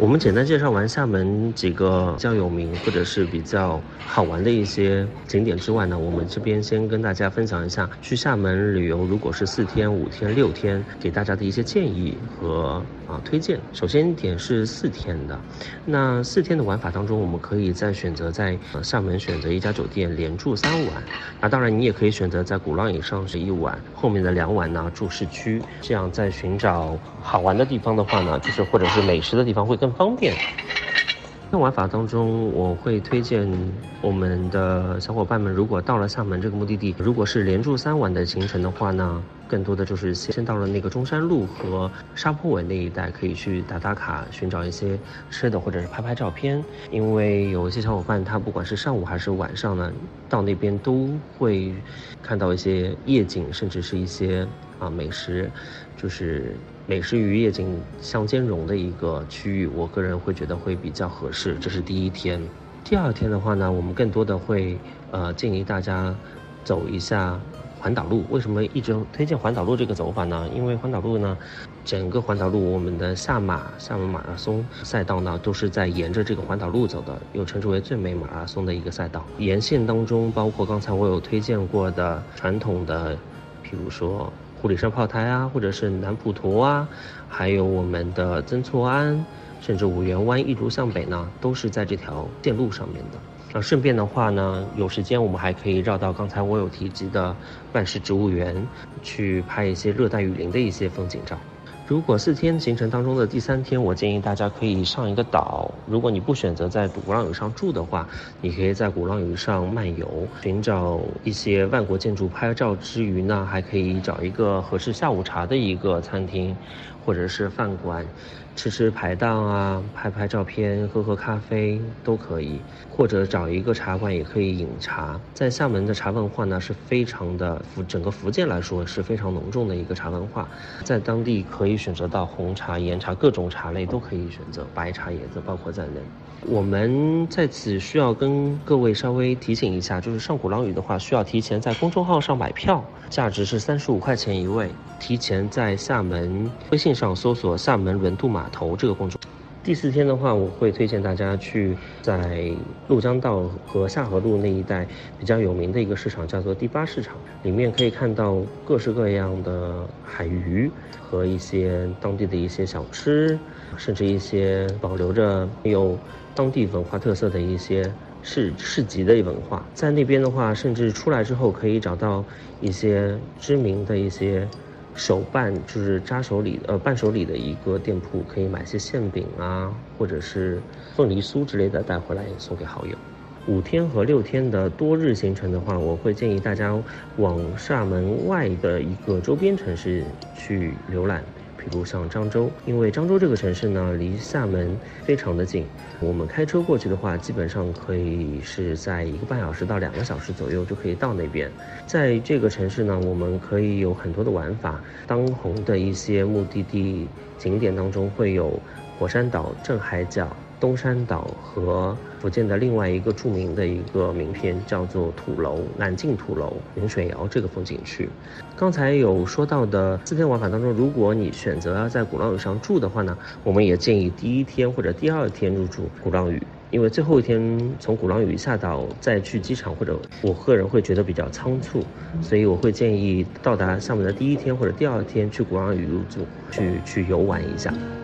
我们简单介绍完厦门几个比较有名或者是比较好玩的一些景点之外呢，我们这边先跟大家分享一下去厦门旅游，如果是4天、5天、6天，给大家的一些建议和推荐。首先一点是4天的，那4天的玩法当中，我们可以再选择在厦门选择一家酒店连住3晚，那当然你也可以选择在鼓浪屿上是1晚，后面的2晚呢住市区，这样在寻找好玩的地方的话呢，就是或者是美食的地方会更方便。在玩法当中，我会推荐我们的小伙伴们，如果到了厦门这个目的地，如果是连住3晚的行程的话呢，更多的就是先到了那个中山路和沙坡尾那一带，可以去打卡，寻找一些吃的或者是拍照片。因为有一些小伙伴他不管是上午还是晚上呢，到那边都会看到一些夜景，甚至是一些美食，就是美食与夜景相兼容的一个区域，我个人会觉得会比较合适。这是第1天。第2天的话呢，我们更多的会建议大家走一下环岛路。为什么一直推荐环岛路这个走法呢？因为环岛路呢，整个环岛路我们的厦门马拉松赛道呢，都是在沿着这个环岛路走的，又称之为最美马拉松的一个赛道。沿线当中包括刚才我有推荐过的传统的，比如说护理山炮台啊，或者是南普陀啊，还有我们的曾厝垵，甚至五缘湾一路向北呢，都是在这条线路上面的。顺便的话呢，有时间我们还可以绕到刚才我有提及的万世植物园，去拍一些热带雨林的一些风景照。如果4天行程当中的第3天，我建议大家可以上一个岛。如果你不选择在鼓浪屿上住的话，你可以在鼓浪屿上漫游，寻找一些万国建筑拍照之余呢，还可以找一个合适下午茶的一个餐厅或者是饭馆，吃排档啊，拍照片，喝咖啡都可以，或者找一个茶馆也可以饮茶。在厦门的茶文化呢是非常的，整个福建来说是非常浓重的一个茶文化，在当地可以选择到红茶、岩茶，各种茶类都可以选择，白茶也包括在内。我们在此需要跟各位稍微提醒一下，就是上鼓浪屿的话，需要提前在公众号上买票，价值是35块钱一位，提前在厦门微信上搜索厦门轮渡码头这个公众号。第4天的话，我会推荐大家去在鹭江道和下河路那一带比较有名的一个市场，叫做第8市场，里面可以看到各式各样的海鱼和一些当地的一些小吃，甚至一些保留着有当地文化特色的一些市集的文化。在那边的话，甚至出来之后可以找到一些知名的一些手办，就是伴手礼的一个店铺，可以买些馅饼啊，或者是凤梨酥之类的带回来送给好友。5天和6天的多日行程的话，我会建议大家往厦门外的一个周边城市去浏览，比如像漳州，因为漳州这个城市呢离厦门非常的近，我们开车过去的话，基本上可以是在1个半小时到2个小时左右就可以到那边。在这个城市呢，我们可以有很多的玩法，当红的一些目的地景点当中会有火山岛、镇海角、东山岛和福建的另外一个著名的一个名片叫做土楼，南靖土楼云水谣这个风景区。刚才有说到的4天玩法当中，如果你选择要在鼓浪屿上住的话呢，我们也建议第1天或者第2天入住鼓浪屿，因为最后一天从鼓浪屿下岛再去机场，或者我个人会觉得比较仓促，所以我会建议到达厦门的第1天或者第2天去鼓浪屿入住，去游玩一下。